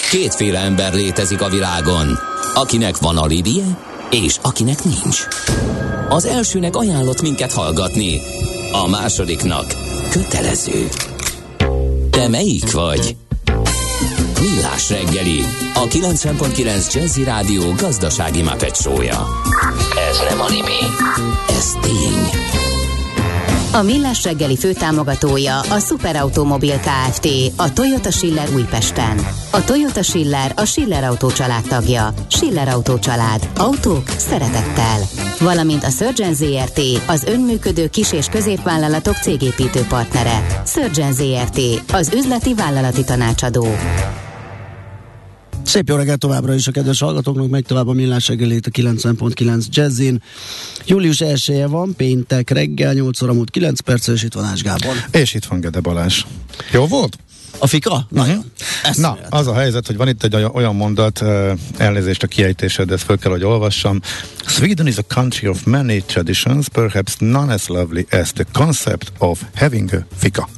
Kétféle ember létezik a világon, akinek van alibije, és akinek nincs. Az elsőnek ajánlott minket hallgatni, a másodiknak kötelező. Te melyik vagy? Millás reggeli, a 90.9 Jazzy Rádió gazdasági Muppet show-ja. Ez nem anime, ez tény. A Millás reggeli főtámogatója a Superautomobil Kft. A Toyota Schiller Újpesten. A Toyota Schiller a Schiller Autó család tagja. Schiller Autó család. Autók szeretettel. Valamint a Surgeon ZRT, az önműködő kis- és középvállalatok cégépítő partnere. Surgeon ZRT, az üzleti vállalati tanácsadó. Szép jó reggelt továbbra is a kedves hallgatóknak, megy tovább a Millás reggelét a 90.9 Jazzin. Július 1-e van, péntek reggel, 8 óra múlt 9 perc, és itt van Ács Gábor. És itt van Gede Balázs. Jó volt? A fika? Nagyon. Na, az a helyzet, hogy van itt egy olyan mondat, elnézést a kiejtésed, de ezt föl kell, hogy olvassam. Sweden is a country of many traditions, perhaps none as lovely as the concept of having a fika.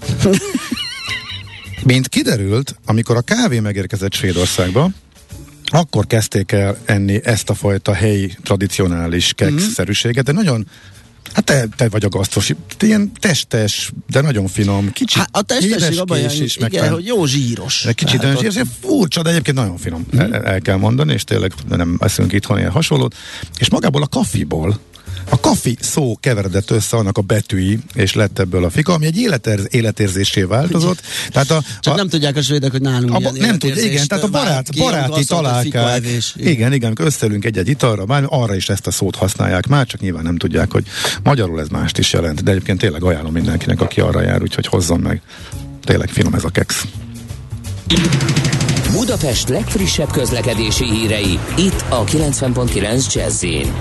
Mint kiderült, amikor a kávé megérkezett Svédországba, akkor kezdték el enni ezt a fajta helyi tradicionális kekszszerűséget, de nagyon, hát te vagy a gasztros, ilyen testes, de nagyon finom, kicsit a testesség abban is, igen, hogy jó zsíros. Egy kicsit furcsa, de egyébként nagyon finom, el kell mondani, és tényleg nem eszünk itthon ilyen hasonlót, és magából a kaffiból, a kaffi szó keveredett össze annak a betűi, és lett ebből a fika, ami egy életérzésé változott. Tehát csak nem tudják a svédek, hogy nálunk ilyen nem tudja, igen, tehát a baráti találkák, igen, amikor összeülünk egy-egy italra, már arra is ezt a szót használják már, csak nyilván nem tudják, hogy magyarul ez mást is jelent, de egyébként tényleg ajánlom mindenkinek, aki arra jár, úgyhogy hozzon meg. Tényleg finom ez a keksz. Budapest legfrissebb közlekedési hírei, itt a 90.9 Jazzin.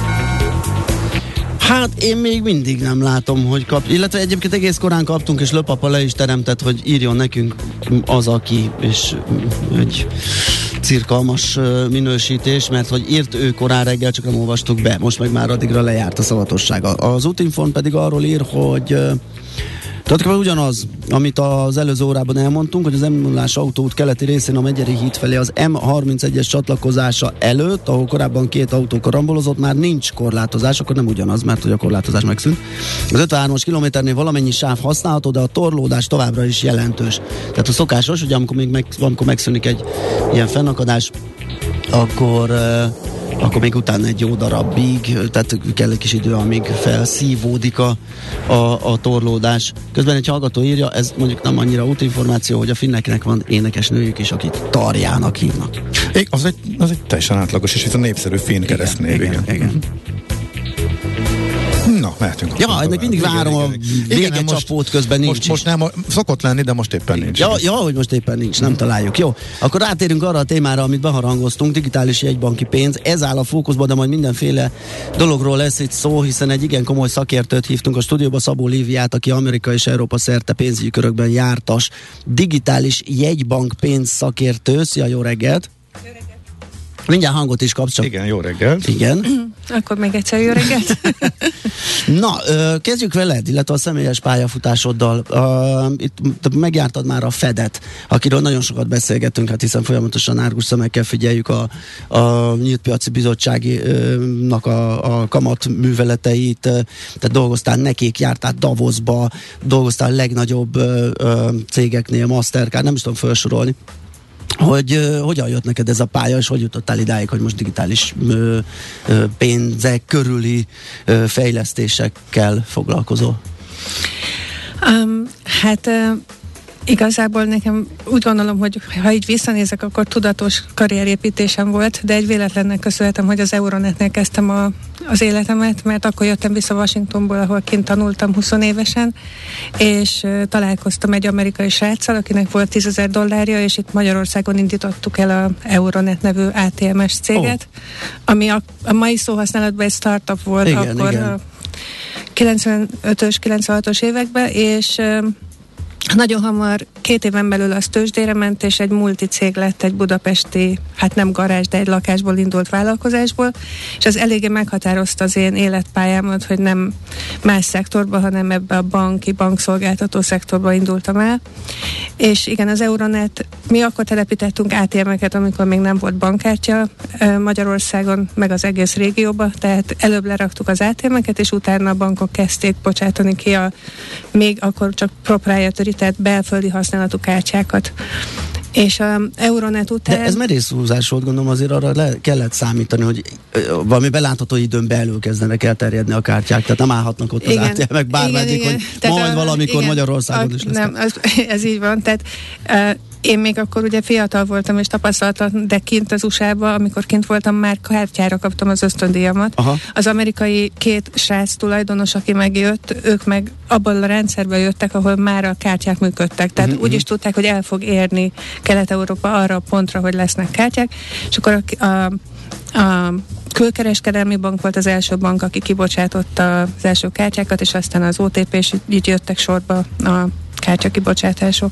Hát én még mindig nem látom, hogy illetve egyébként egész korán kaptunk, és Löpapa le is teremtett, hogy írjon nekünk az, aki, és egy cirkalmas minősítés, mert hogy írt ő korán reggel, csak nem olvastuk be, most meg már addigra lejárt a szavatossága. Az Útinform pedig arról ír, hogy tulajdonképpen ugyanaz, amit az előző órában elmondtunk, hogy az M0-ás autóút keleti részén a Megyeri híd felé az M31-es csatlakozása előtt, ahol korábban két autó karambolozott, már nincs korlátozás, akkor nem ugyanaz, mert hogy a korlátozás megszűnt. Az 53-as kilométernél valamennyi sáv használható, de a torlódás továbbra is jelentős. Tehát a szokásos, hogy amikor megszűnik egy ilyen fennakadás, akkor még utána egy jó darabig, tehát kell egy kis idő, amíg felszívódik a torlódás. Közben egy hallgató írja, ez mondjuk nem annyira útinformáció, hogy a finneknek van énekesnőjük is, akit Tarjának hívnak. Az egy teljesen átlagos, és ez a népszerű finn keresztnév. Igen. Na, mehetünk. Ja, még mindig várom a vége csapót, közben nincs. Most nem, szokott lenni, de most éppen nincs. Ja, hogy most éppen nincs, nem találjuk. Jó, akkor rátérünk arra a témára, amit beharangoztunk, digitális jegybanki pénz. Ez áll a fókuszban, de majd mindenféle dologról lesz itt szó, hiszen egy igen komoly szakértőt hívtunk a stúdióba, Szabó Líviát, aki Amerika és Európa szerte pénzügyi körökben jártas digitális jegybank pénz szakértő. Szia, jó reggelt! Mindjárt hangot is kapsz csak. Igen, jó reggelt. Igen. Akkor még egyszer jó reggelt. Na, kezdjük veled, illetve a személyes pályafutásoddal. Itt megjártad már a Fedet, akiről nagyon sokat beszélgetünk, hát hiszen folyamatosan árgus szemekkel figyeljük a Nyílt Piaci Bizottságnak a kamat műveleteit, tehát dolgoztál nekik, jártál Davosba, dolgoztál a legnagyobb cégeknél, Mastercard, nem is tudom felsorolni. Hogy hogyan jött neked ez a pálya, és hogy jutottál idáig, hogy most digitális pénzek körüli fejlesztésekkel foglalkozol? Igazából nekem úgy gondolom, hogy ha így visszanézek, akkor tudatos karrierépítésem volt, de egy véletlennek köszönhetem, hogy az Euronetnél kezdtem az életemet, mert akkor jöttem vissza Washingtonból, ahol kint tanultam 20 évesen, és találkoztam egy amerikai sráccal, akinek volt $10,000, és itt Magyarországon indítottuk el a Euronet nevű ATMS céget, ami a mai szóhasználatban egy startup volt, igen, akkor igen. 95-ös, 96-os években, és nagyon hamar, 2 éven belül az tőzsdére ment, és egy multicég lett egy budapesti, hát nem garázs, de egy lakásból indult vállalkozásból, és az eléggé meghatározta az én életpályámat, hogy nem más szektorba, hanem ebbe a bankszolgáltató szektorba indultam el. És igen, az Euronet, mi akkor telepítettünk ATM-eket, amikor még nem volt bankkártya Magyarországon, meg az egész régióba, tehát előbb leraktuk az ATM-eket, és utána a bankok kezdték bocsátani ki a még akkor csak proprietary, tehát belföldi használatú kártyákat. És a Euronet után... De ez merészhúzás volt, gondolom, azért arra kellett számítani, hogy valami belátható időn belül kezdenek elterjedni a kártyák, tehát nem állhatnak ott az ATM-ek bármeddig, hogy majd valamikor Magyarországon is lesz. Nem, ez így van, tehát én még akkor ugye fiatal voltam és tapasztalatlan, de kint az USA-ba, amikor kint voltam, már kártyára kaptam az ösztöndíjamat. Aha. Az amerikai 2 srác tulajdonos, aki megjött, ők meg abban a rendszerbe jöttek, ahol már a kártyák működtek. Tehát úgy is tudták, hogy el fog érni Kelet-Európa arra a pontra, hogy lesznek kártyák, és akkor a Külkereskedelmi Bank volt az első bank, aki kibocsátotta az első kártyákat, és aztán az OTP, és így jöttek sorba a kártyakibocsátások.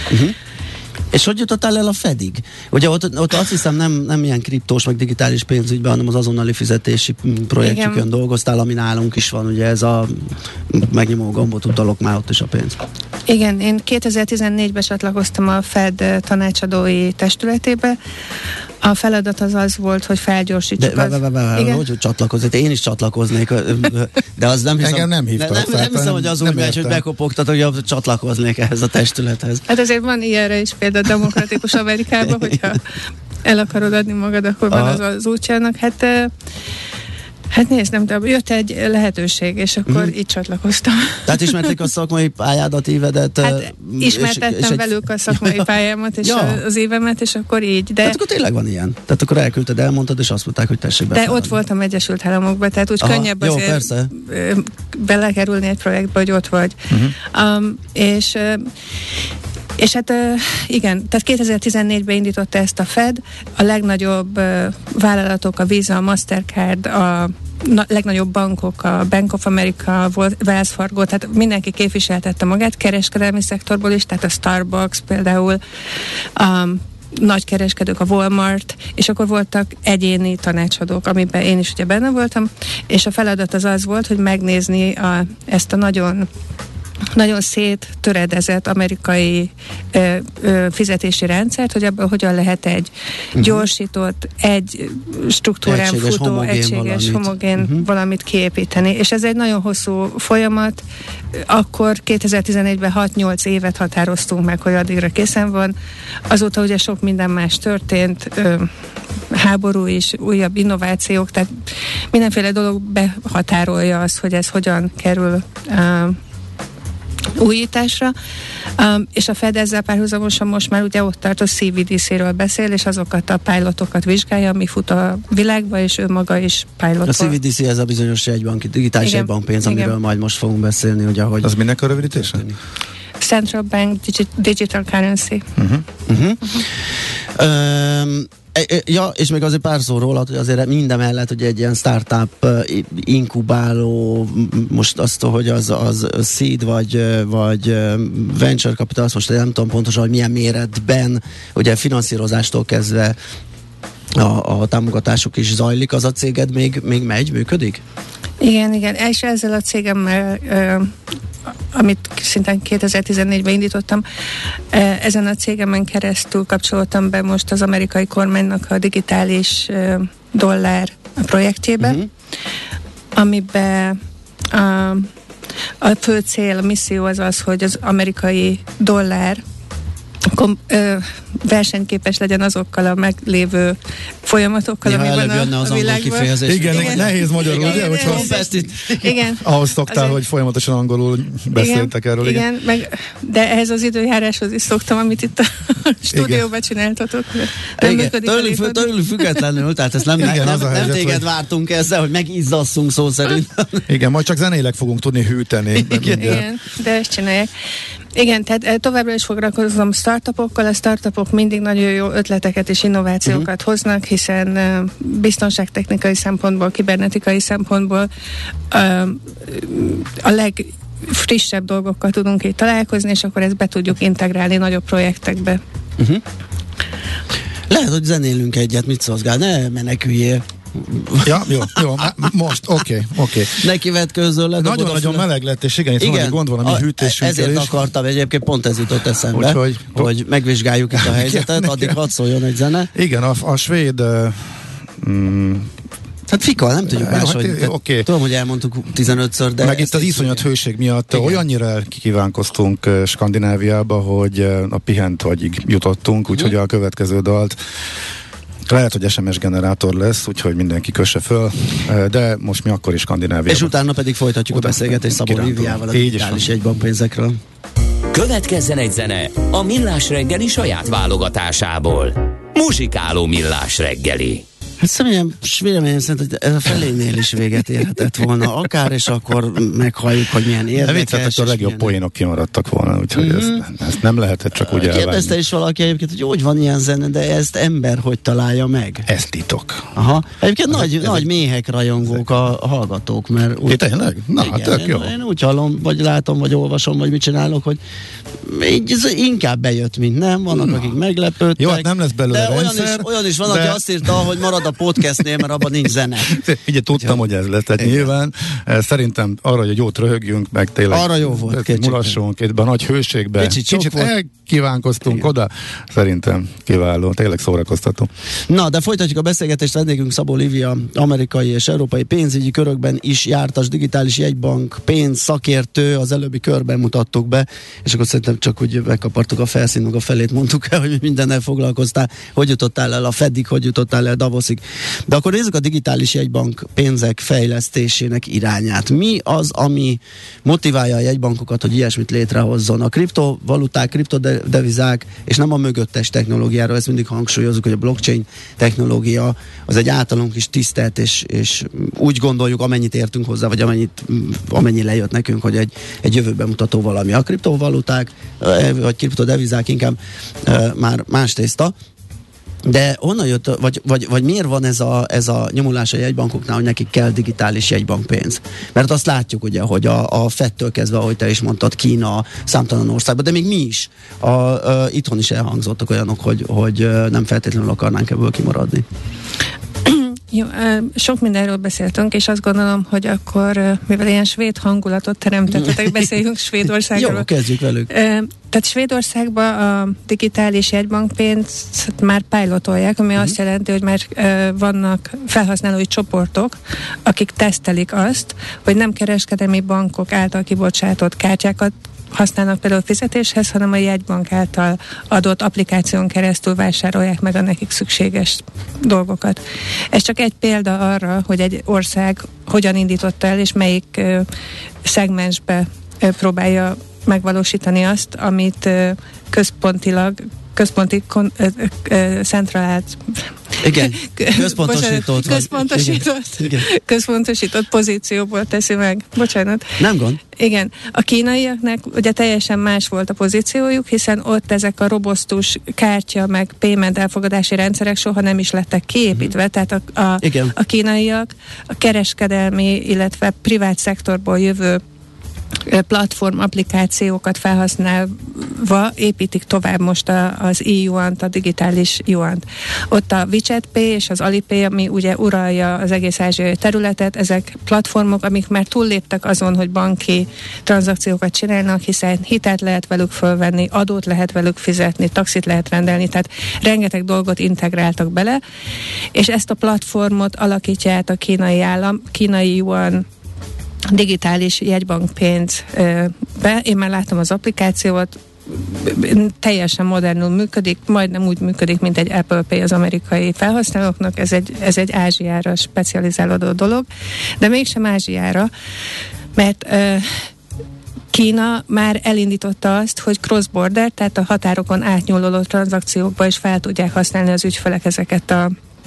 És hogy jutottál el a Fedig? Ugye ott azt hiszem nem ilyen kriptós, meg digitális pénzügyben, hanem az azonnali fizetési projektjükön dolgoztál, ami nálunk is van, ugye ez a megnyomó gombot utalok már ott is a pénz. Igen, én 2014-ben csatlakoztam a Fed tanácsadói testületébe. A feladat az volt, hogy felgyorsítsuk hogy csatlakozni? Én is csatlakoznék, de az nem hiszem... Engem nem hívtak. Nem hiszem, hogy az úgy megy, hogy bekopogtatok, hogy csatlakoznék ehhez a testülethez. Hát azért van ilyenre is például demokratikus Amerikában, hogyha el akarod adni magad, akkor van az útjának. Hát nézd, nem tudom, jött egy lehetőség, és akkor így csatlakoztam. Tehát ismerték a szakmai pályádat, évedet? Hát ismertettem velük a szakmai pályámat, és az évemet, és akkor így. De tehát akkor tényleg van ilyen? Tehát akkor elküldted, elmondtad, és azt mondták, hogy tessék beszállni. De ott voltam Egyesült Államokban, tehát úgy könnyebb azért belekerülni egy projektbe, hogy ott vagy. És hát igen, tehát 2014-ben indította ezt a Fed, a legnagyobb vállalatok, a Visa, a Mastercard, a legnagyobb bankok, a Bank of America, Wells Fargo, tehát mindenki képviseltette magát, kereskedelmi szektorból is, tehát a Starbucks például, nagy kereskedők, a Walmart, és akkor voltak egyéni tanácsadók, amiben én is ugye benne voltam, és a feladat az volt, hogy megnézni ezt a nagyon széttöredezett amerikai fizetési rendszert, hogy ebből hogyan lehet egy gyorsított, egy struktúrán futó, egységes, homogén valamit kiépíteni. És ez egy nagyon hosszú folyamat. Akkor 2014-ben 6-8 évet határoztunk meg, hogy addigra készen van. Azóta ugye sok minden más történt, háború is, újabb innovációk, tehát mindenféle dolog behatárolja azt, hogy ez hogyan kerül újításra, és a Fed ezzel párhuzamosan most már ugye ott tart, a CBDC-ről beszél, és azokat a pilotokat vizsgálja, ami fut a világba, és ő maga is pilotol. A CBDC ez a bizonyos jegybank, digitális jegybankpénz, amiről majd most fogunk beszélni, ugye, hogy... Az minek a rövidítése? Central Bank Digital Currency. Ja, és még azért pár szó róla, hogy azért minden mellett, hogy egy ilyen startup inkubáló, most azt, hogy az seed vagy venture capital, azt most nem tudom pontosan, hogy milyen méretben, ugye finanszírozástól kezdve a támogatások is zajlik, az a céged még működik? Igen, és ezzel a cégemmel, amit szintén 2014-ben indítottam, ezen a cégemen keresztül kapcsoltam be most az amerikai kormánynak a digitális dollár projektjébe, amiben a fő cél, a misszió az, hogy az amerikai dollár versenyképes legyen azokkal a meglévő folyamatokkal, ami van a világban. Igen, nehéz magyarul, ugye? Igen. Ahhoz szoktál, hogy folyamatosan angolul beszéltek erről. Igen, de ehhez az időjáráshoz is szoktam, amit itt a stúdióban csináltatok. Tőlük függetlenül, tehát ezt nem téged vártunk ezzel, hogy megizzasszunk szó szerint. Igen, majd csak zenéleg fogunk tudni hűteni. Igen, de ezt csinálják. Igen, tehát továbbra is foglalkozom startupokkal, a startupok mindig nagyon jó ötleteket és innovációkat hoznak, hiszen biztonságtechnikai szempontból, kibernetikai szempontból a frissebb dolgokkal tudunk itt találkozni, és akkor ezt be tudjuk integrálni nagyobb projektekbe. Lehet, hogy zenélünk egyet, mit szólsz, Gál? Ne meneküljél. Ja, jó, most, oké. Neki vetkőzöl le. Nagyon-nagyon meleg lett, és igen, itt valami gond van a mi hűtésünkkel ezért akartam, egyébként pont ez jutott eszembe, hogy megvizsgáljuk itt a helyzetet, addig hadd szóljon egy zene. Igen, a svéd... Hát fika, nem tudjuk máshogy. Okay. Tudom, hogy elmondtuk 15-ször, de... Meg itt az iszonyat hőség miatt olyannyira kikívánkoztunk Skandináviába, hogy a pihent vagyig jutottunk, úgyhogy a következő dalt lehet, hogy SMS generátor lesz, úgyhogy mindenki kösse föl, de most mi akkor is Skandináviában. És utána pedig folytatjuk a beszélgetést Szabó Líviával a digitális jegybankpénzekről. Következzen egy zene a Millás reggeli saját válogatásából. Muzsikáló Millás reggeli. Hát személyem, véleményem szerint, hogy ez a felénél is véget érhetett volna akár, és akkor meghalljuk, hogy milyen érdekes. A legjobb poénok kimaradtak volna, úgyhogy ezt nem lehetett csak úgy elvágni. Kérdezte is valaki egyébként, hogy van ilyen zene, de ezt ember hogy találja meg? Ez titok. Aha. Egyébként nagy méhek rajongók a hallgatók, mert... Tényleg? Na, igen, tök jó. Én úgy hallom, vagy látom, vagy olvasom, vagy mit csinálok, hogy így inkább bejött, mint nem. Vannak, akik meglepődtek. Jó, hát nem lesz belőle rendszer. Olyan is van, aki azt írta, hogy marad a podcastnél, mert abban nincs zene. Ugye tudtam, hogy ez lesz. Tehát nyilván szerintem arra, hogy jót röhögjünk, meg tényleg arra jó volt, mulassunk itt a nagy hőségben. Kicsit elkívánkoztunk oda. Szerintem kiváló, tényleg szórakoztató. Na, de folytatjuk a beszélgetést. Vendégünk Szabó Lívia, amerikai és európai pénzügyi körökben is jártas digitális jegybank pénz szakértő. Az előbbi körben mutattuk be, és akkor szerintem csak úgy megkapartuk a felszínünk a felét, mondtuk el, hogy mindennel foglalkoztál, hogy jutottál el a Fedig, hogy jutottál el Davosig. De akkor nézzük a digitális jegybank pénzek fejlesztésének irányát. Mi az, ami motiválja a jegybankokat, hogy ilyesmit létrehozzon? A kriptovaluták, kriptodevizák, és nem a mögöttes technológiáról, ezt mindig hangsúlyozunk, hogy a blockchain technológia az egy általunk is tisztelt, és úgy gondoljuk, amennyit értünk hozzá, vagy amennyi lejött nekünk, hogy egy jövőben mutató valami. A kriptovaluták, vagy kriptodevizák inkább már más tészta. De honnan jött, vagy miért van ez a nyomulás a jegybankoknál, hogy nekik kell digitális jegybankpénz? Mert azt látjuk ugye, hogy a Fedtől kezdve, ahogy te is mondtad, Kína, számtalan országban, de még mi is. Itthon is elhangzottak olyanok, hogy nem feltétlenül akarnánk ebből kimaradni. Jó, sok mindenről beszéltünk, és azt gondolom, hogy akkor, mivel ilyen svéd hangulatot teremtettetek, beszéljünk Svédországról. Jó, kezdjük velük. Tehát Svédországban a digitális jegybankpénzt már pilotolják, ami azt jelenti, hogy már vannak felhasználói csoportok, akik tesztelik azt, hogy nem kereskedelmi bankok által kibocsátott kártyákat használnak például fizetéshez, hanem a jegybank által adott applikáción keresztül vásárolják meg a nekik szükséges dolgokat. Ez csak egy példa arra, hogy egy ország hogyan indította el, és melyik szegmensbe próbálja megvalósítani azt, amit centrált központosított pozícióból teszi meg. Bocsánat. Nem gond. Igen. A kínaiaknak ugye teljesen más volt a pozíciójuk, hiszen ott ezek a robosztus kártya meg payment elfogadási rendszerek soha nem is lettek kiépítve, tehát a kínaiak a kereskedelmi, illetve privát szektorból jövő platform applikációkat felhasználva építik tovább most az e-yuant, a digitális yuant. Ott a WeChat Pay és az Alipay, ami ugye uralja az egész ázsiai területet, ezek platformok, amik már túlléptek azon, hogy banki tranzakciókat csinálnak, hiszen hitelt lehet velük fölvenni, adót lehet velük fizetni, taxit lehet rendelni, tehát rengeteg dolgot integráltak bele, és ezt a platformot alakítja át a kínai állam, kínai yuan digitális jegybankpénzbe. Én már láttam az applikációt, teljesen modernul működik, majdnem úgy működik, mint egy Apple Pay az amerikai felhasználóknak, ez egy Ázsiára specializálódó dolog, de mégsem Ázsiára, mert Kína már elindította azt, hogy cross-border, tehát a határokon átnyúló tranzakciókba is fel tudják használni az ügyfelek ezeket a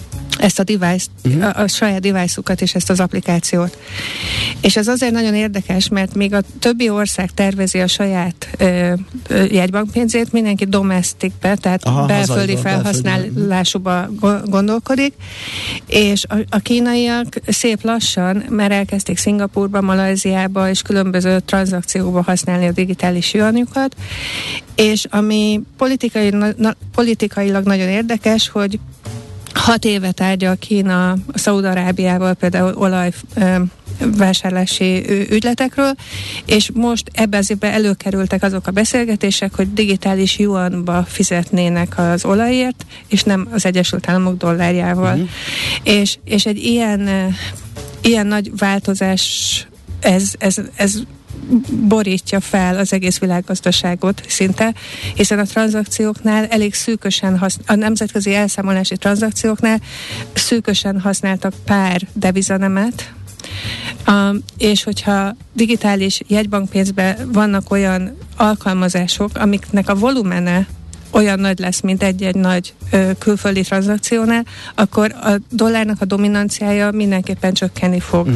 ezt a device-t, a saját device-ukat és ezt az applikációt. És ez azért nagyon érdekes, mert még a többi ország tervezi a saját jegybankpénzét, mindenki domesticbe, tehát belföldi felhasználásúba gondolkodik, és a kínaiak szép lassan már elkezdték Szingapurba, Malajziába és különböző tranzakciókba használni a digitális juanjukat, és ami politikailag nagyon érdekes, hogy 6 éve tárgyal Kína Szaúd-Arábiával például olajvásárlási ügyletekről, és most ebben az évben előkerültek azok a beszélgetések, hogy digitális yuanba fizetnének az olajért, és nem az Egyesült Államok dollárjával. És egy ilyen nagy változás ez borítja fel az egész világgazdaságot szinte, hiszen a tranzakcióknál elég szűkösen a nemzetközi elszámolási tranzakcióknál szűkösen használtak pár devizanemet, és hogyha digitális jegybankpénzben vannak olyan alkalmazások, amiknek a volumene olyan nagy lesz, mint egy nagy külföldi tranzakciónál, akkor a dollárnak a dominanciája mindenképpen csökkenni fog.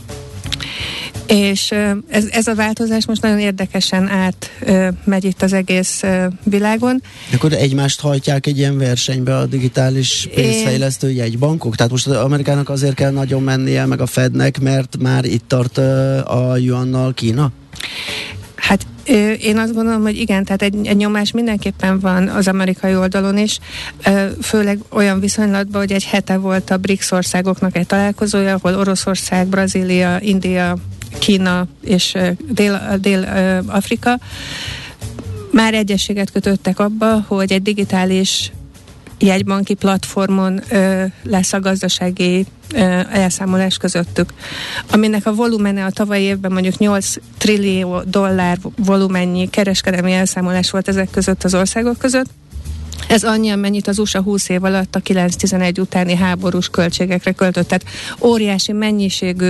És ez a változás most nagyon érdekesen átmegy itt az egész világon. Akkor egymást hajtják egy ilyen versenybe a digitális pénzfejlesztő jegybankok? Tehát most az Amerikának azért kell nagyon mennie, meg a Fednek, mert már itt tart a yuannal Kína? Hát én azt gondolom, hogy igen, tehát egy nyomás mindenképpen van az amerikai oldalon is, főleg olyan viszonylatban, hogy egy hete volt a BRICS országoknak egy találkozója, ahol Oroszország, Brazília, India, Kína és Dél-Afrika már egyességet kötöttek abba, hogy egy digitális jegybanki platformon lesz a gazdasági elszámolás közöttük, aminek a volumene a tavalyi évben mondjuk 8 trillió dollár volumennyi kereskedelmi elszámolás volt ezek között az országok között. Ez annyi, amennyit az USA 20 év alatt a 9-11 utáni háborús költségekre költött. Tehát óriási mennyiségű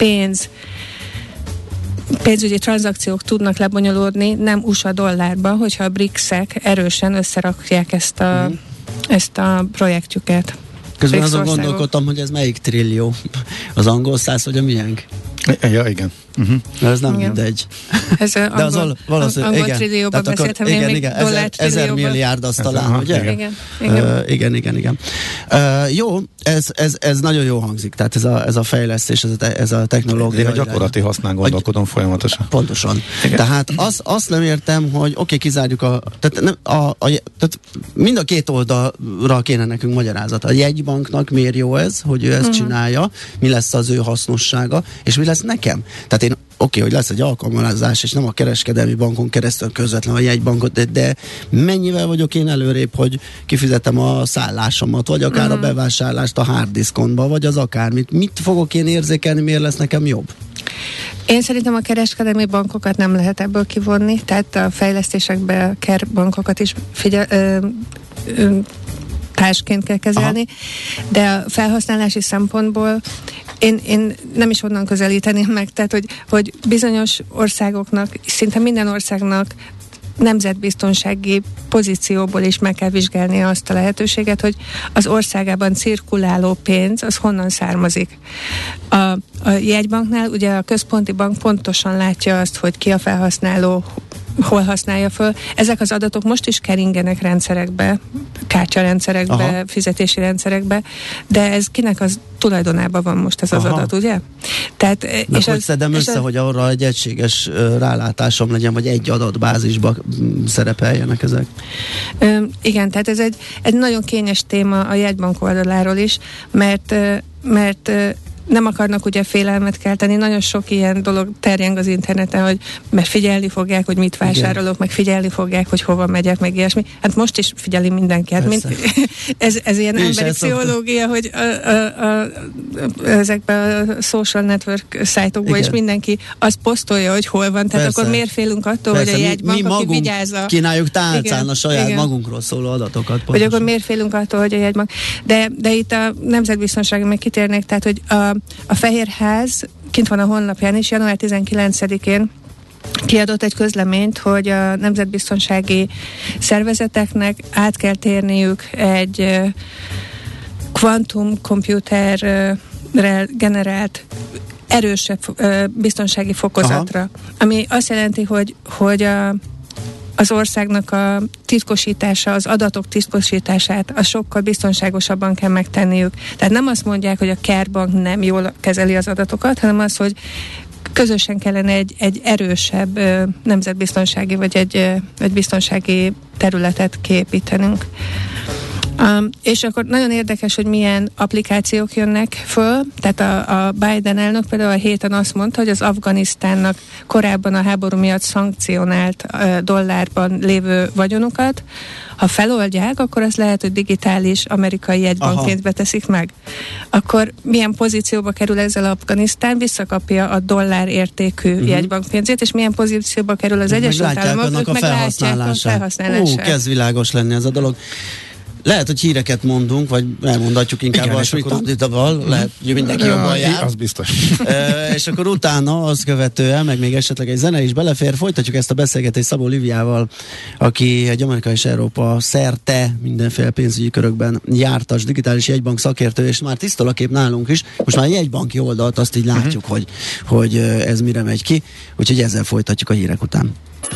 pénzügyi tranzakciók tudnak lebonyolódni, nem USA dollárban, hogyha a BRICS-ek erősen összerakják ezt a projektjüket. Közben azon gondolkodtam, hogy ez melyik trillió? Az angol száz, vagy a miénk? Ja, igen. Ez nem mindegy. Ez angol trillióban beszéltem, én még dollár trillióban. 1000 milliárd az talán, ugye? Igen. Jó, ez nagyon jó hangzik, tehát ez a fejlesztés, ez a technológia. Én a gyakorlati hasznán gondolkodom folyamatosan. Pontosan. Igen. Tehát azt nem értem, hogy kizárjuk tehát mind a két oldalra kéne nekünk magyarázat. A jegybanknak miért jó ez, hogy ő ezt csinálja, mi lesz az ő hasznossága, és mi lesz nekem. Tehát én hogy lesz egy alkalmazás, és nem a kereskedelmi bankon keresztül közvetlenül a jegybankot, de mennyivel vagyok én előrébb, hogy kifizetem a szállásomat, vagy akár a bevásárlást a harddiskontba, vagy az akármit. Mit fogok én érzékelni, miért lesz nekem jobb? Én szerintem a kereskedelmi bankokat nem lehet ebből kivonni, tehát a fejlesztésekbe KER bankokat is társként kell kezelni, de a felhasználási szempontból én nem is onnan közelíteném meg, tehát hogy bizonyos országoknak, szinte minden országnak nemzetbiztonsági pozícióból is meg kell vizsgálni azt a lehetőséget, hogy az országában cirkuláló pénz, az honnan származik. A jegybanknál ugye a központi bank pontosan látja azt, hogy ki a felhasználó, hol használja föl. Ezek az adatok most is keringenek rendszerekbe, kártyarendszerekbe, fizetési rendszerekbe, de ez kinek az tulajdonában van most ez az adat, ugye? Tehát, és hogy szedem össze, hogy arra egy egységes rálátásom legyen, vagy egy adatbázisba szerepeljenek ezek? Igen, tehát ez egy nagyon kényes téma a jegybank oldaláról is, mert nem akarnak ugye félelmet kelteni, nagyon sok ilyen dolog terjeng az interneten, hogy mert figyelni fogják, hogy mit vásárolok, meg figyelni fogják, hogy hova megyek, meg ilyesmi. Hát most is figyeli mindenki. Hát ez ilyen emberi pszichológia, hogy ezekben a social network szájtokban is mindenki azt posztolja, hogy hol van. Tehát akkor miért félünk attól, hogy a jegybank, aki vigyázza. Kínáljuk tálcán a saját magunkról szóló adatokat. Hogy akkor miért félünk attól, hogy a jegybank. De itt a nemzetbiztonságra meg kitérnék, tehát hogy a Fehérház kint van a honlapján is, január 19-én kiadott egy közleményt, hogy a nemzetbiztonsági szervezeteknek át kell térniük egy kvantum komputerrel generált erősebb biztonsági fokozatra. Aha. Ami azt jelenti, hogy az országnak a titkosítása, az adatok titkosítását az sokkal biztonságosabban kell megtenniük. Tehát nem azt mondják, hogy a Kerbank nem jól kezeli az adatokat, hanem az, hogy közösen kellene egy erősebb nemzetbiztonsági vagy egy biztonsági területet kiépítenünk. És akkor nagyon érdekes, hogy milyen applikációk jönnek föl. Tehát a Biden elnök például a héten azt mondta, hogy az Afganisztánnak korábban a háború miatt szankcionált dollárban lévő vagyonukat, ha feloldják, akkor az lehet, hogy digitális amerikai jegybankpénzbe teszik meg. Akkor milyen pozícióba kerül ezzel Afganisztán, visszakapja a dollár értékű jegybankpénzét, és milyen pozícióba kerül az Egyesült Államok, ők meglátják a felhasználását. Kezd világos lenni ez a dolog. Lehet, hogy híreket mondunk, vagy elmondatjuk inkább. Igen, a Schmidt-Anditaval, lehet, hogy mindenki jobban jár. Az biztos. És akkor utána, azt követően, meg még esetleg egy zene is belefér, folytatjuk ezt a beszélgetést Szabó Liviával, aki egy Amerika és Európa szerte mindenféle pénzügyi körökben jártas digitális jegybank szakértő, és már tisztul a kép nálunk is. Most már jegybanki oldalt azt így látjuk, hogy ez mire megy ki. Úgyhogy ezzel folytatjuk a hírek után.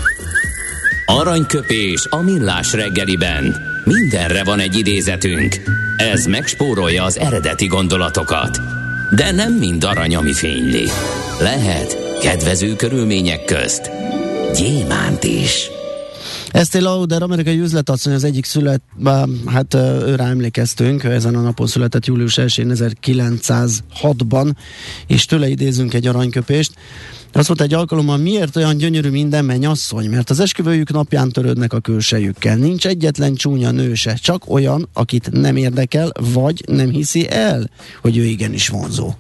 Aranyköpés a Millás reggeliben. Mindenre van egy idézetünk. Ez megspórolja az eredeti gondolatokat. De nem mind arany, ami fényli. Lehet kedvező körülmények közt gyémánt is. Estée Lauder, amerikai üzletasszony, az egyik őre emlékeztünk, ezen a napon született július 1-én 1906-ban, és tőle idézünk egy aranyköpést. Azt mondta egy alkalommal, miért olyan gyönyörű minden mennyasszony? Mert az esküvőjük napján törődnek a külsejükkel. Nincs egyetlen csúnya nő se, csak olyan, akit nem érdekel, vagy nem hiszi el, hogy ő igenis vonzó.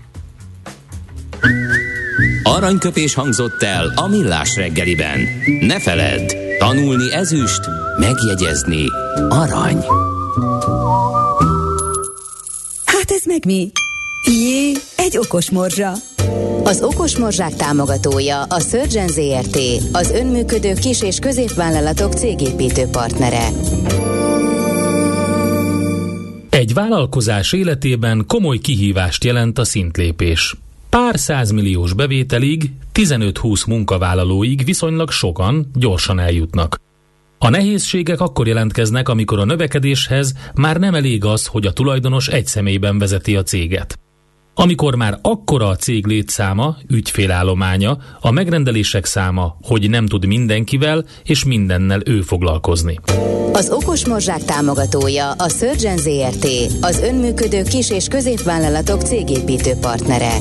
Aranyköpés hangzott el a Millás reggeliben. Ne feledd, tanulni ezüst, megjegyezni arany. Hát ez meg mi? Jé, egy okos morzsa. Az okos morzsák támogatója a Surgeon Zrt., az önműködő kis- és középvállalatok cégépítő partnere. Egy vállalkozás életében komoly kihívást jelent a szintlépés. Pár százmilliós bevételig, 15-20 munkavállalóig viszonylag sokan gyorsan eljutnak. A nehézségek akkor jelentkeznek, amikor a növekedéshez már nem elég az, hogy a tulajdonos egy személyben vezeti a céget. Amikor már akkora a cég létszáma, ügyfélállománya, a megrendelések száma, hogy nem tud mindenkivel és mindennel ő foglalkozni. Az okos morzsák támogatója a Surgeon Zrt., az önműködő kis- és középvállalatok cégépítő partnere.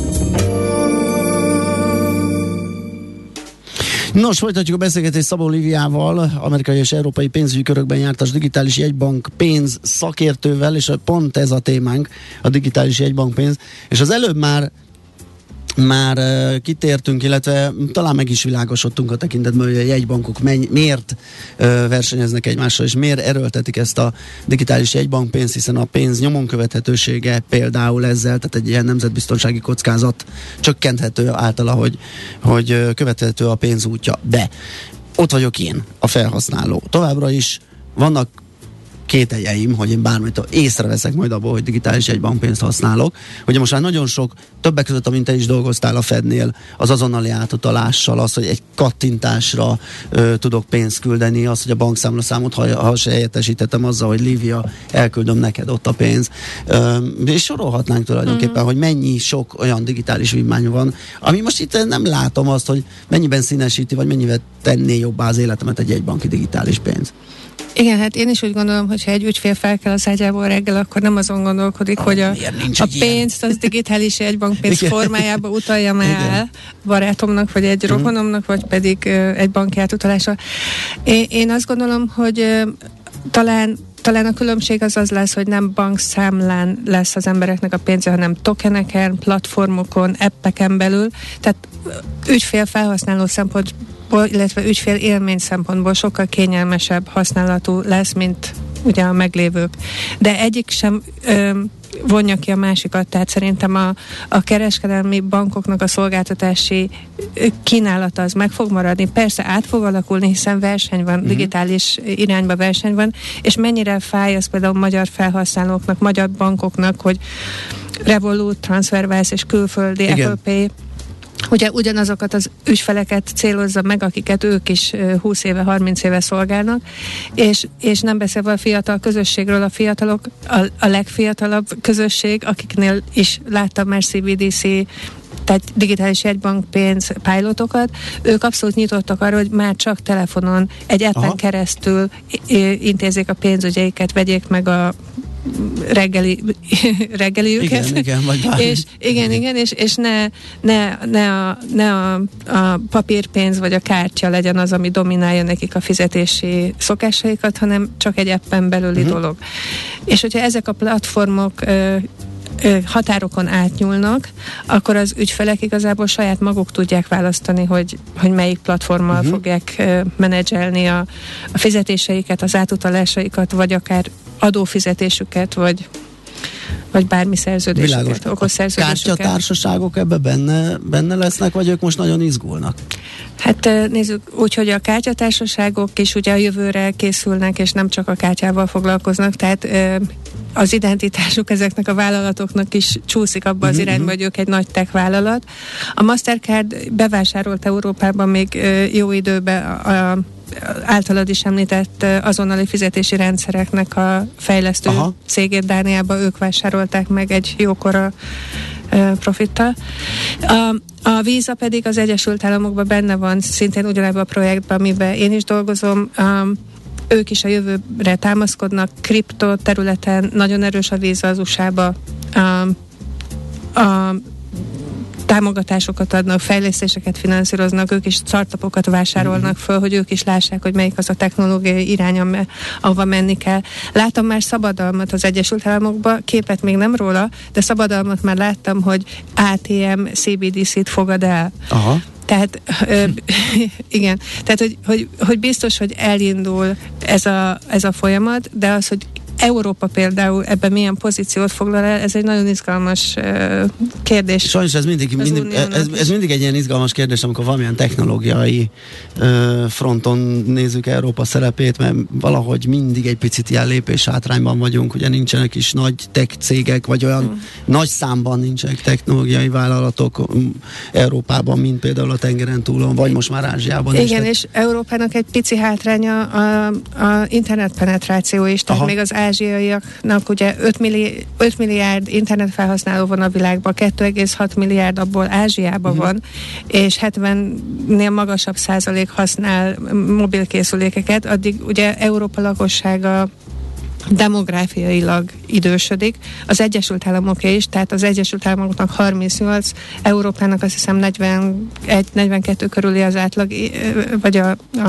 Nos, folytatjuk a beszélgetést Szabó Liviával, amerikai és európai pénzügyi körökben jártas digitális jegybank pénz szakértővel, és pont ez a témánk, a digitális jegybankpénz, és az előbb már kitértünk, illetve talán meg is világosodtunk a tekintetben, hogy a jegybankok miért versenyeznek egymással, és miért erőltetik ezt a digitális jegybankpénzt, hiszen a pénz nyomon követhetősége például ezzel, tehát egy ilyen nemzetbiztonsági kockázat csökkenthető általa, hogy követhető a pénz útja. De ott vagyok én, a felhasználó. Továbbra is vannak kételjeim, hogy én bármit észreveszek majd abból, hogy digitális jegybankpénzt használok. Ugye most már nagyon sok, többek között, amint te is dolgoztál a Fednél, az azonnali átutalással, az, hogy egy kattintásra tudok pénzt küldeni, az, hogy a bankszámlaszámot, ha se helyettesítettem azzal, hogy Lívia, elküldöm neked ott a pénz. És sorolhatnánk tulajdonképpen, hogy mennyi sok olyan digitális vívmány van, ami most itt nem látom azt, hogy mennyiben színesíti, vagy mennyivel tenné jobbá az életemet egy jegybanki digitális pénz. Igen, hát én is úgy gondolom, hogy ha egy ügyfél fel kell az ágyából reggel, akkor nem azon gondolkodik, hogy a pénzt az digitális jegybankpénz formájába utaljam el barátomnak, vagy egy rokonomnak, vagy pedig egy banki átutalásra. Én azt gondolom, hogy talán a különbség az lesz, hogy nem bankszámlán lesz az embereknek a pénze, hanem tokeneken, platformokon, appeken belül. Tehát ügyfél felhasználó szempontból, illetve ügyfél élmény szempontból sokkal kényelmesebb használatú lesz, mint ugye a meglévők. De egyik sem vonja ki a másikat, tehát szerintem a kereskedelmi bankoknak a szolgáltatási kínálata az meg fog maradni. Persze át fog alakulni, hiszen verseny van, digitális irányba verseny van, és mennyire fáj az például magyar felhasználóknak, magyar bankoknak, hogy Revolut, TransferWise és külföldi Apple Pay ugye ugyanazokat az ügyfeleket célozza meg, akiket ők is 20 éve, 30 éve szolgálnak, és nem beszélve a fiatal közösségről, a fiatalok, a legfiatalabb közösség, akiknél is láttam már CBDC, tehát digitális jegybankpénz pilotokat, ők abszolút nyitottak arra, hogy már csak telefonon, egy appen keresztül intézzék a pénzügyeiket, vegyék meg a reggeliüket. Igen, vagy bármi. És ne a papírpénz vagy a kártya legyen az, ami dominálja nekik a fizetési szokásaikat, hanem csak egy appen belüli dolog. És hogyha ezek a platformok határokon átnyúlnak, akkor az ügyfelek igazából saját maguk tudják választani, hogy melyik platformmal fogják menedzselni a fizetéseiket, az átutalásaikat, vagy akár adófizetésüket, vagy bármi szerződésüket, okos szerződésüket. Kártyatársaságok ebbe benne lesznek, vagy ők most nagyon izgulnak? Hát nézzük úgy, hogy a kártyatársaságok is ugye a jövőre készülnek, és nem csak a kártyával foglalkoznak, tehát az identitásuk ezeknek a vállalatoknak is csúszik abba az irányba, hogy ők egy nagy tech vállalat. A Mastercard bevásárolt Európában még jó időben a általad is említett azonnali fizetési rendszereknek a fejlesztő cégét Dániában, ők vásárolták meg egy jókora profittal. A Visa pedig az Egyesült Államokban benne van, szintén ugyanebben a projektben, amiben én is dolgozom. Ők is a jövőre támaszkodnak, kripto területen nagyon erős a Visa az USA-ba. Támogatásokat adnak, fejlesztéseket finanszíroznak, ők is startupokat vásárolnak föl, hogy ők is lássák, hogy melyik az a technológiai irány, ahova menni kell. Láttam már szabadalmat az Egyesült Államokban, képet még nem róla, de szabadalmat már láttam, hogy ATM CBDC-t fogad el. Aha. Tehát, igen, tehát, hogy biztos, hogy elindul ez a folyamat, de az, hogy Európa például ebben milyen pozíciót foglal el, ez egy nagyon izgalmas kérdés. Sajnos ez mindig egy ilyen izgalmas kérdés, amikor valamilyen technológiai fronton nézzük Európa szerepét, mert valahogy mindig egy picit ilyen lépés hátrányban vagyunk, ugye nincsenek is nagy tech cégek, vagy olyan nagy számban nincsenek technológiai vállalatok Európában, mint például a tengeren túlon, vagy most már Ázsiában is. Igen, és Európának egy pici hátránya a internet penetráció is, tehát még az ázsiaiaknak ugye 5 milliárd internetfelhasználó van a világban, 2,6 milliárd abból Ázsiában van, és 70-nél magasabb százalék használ mobilkészülékeket, addig ugye Európa lakossága demográfiailag idősödik. Az Egyesült Államoké is, tehát az Egyesült Államoknak 38, Európának azt hiszem 41-42 körüli az átlag, vagy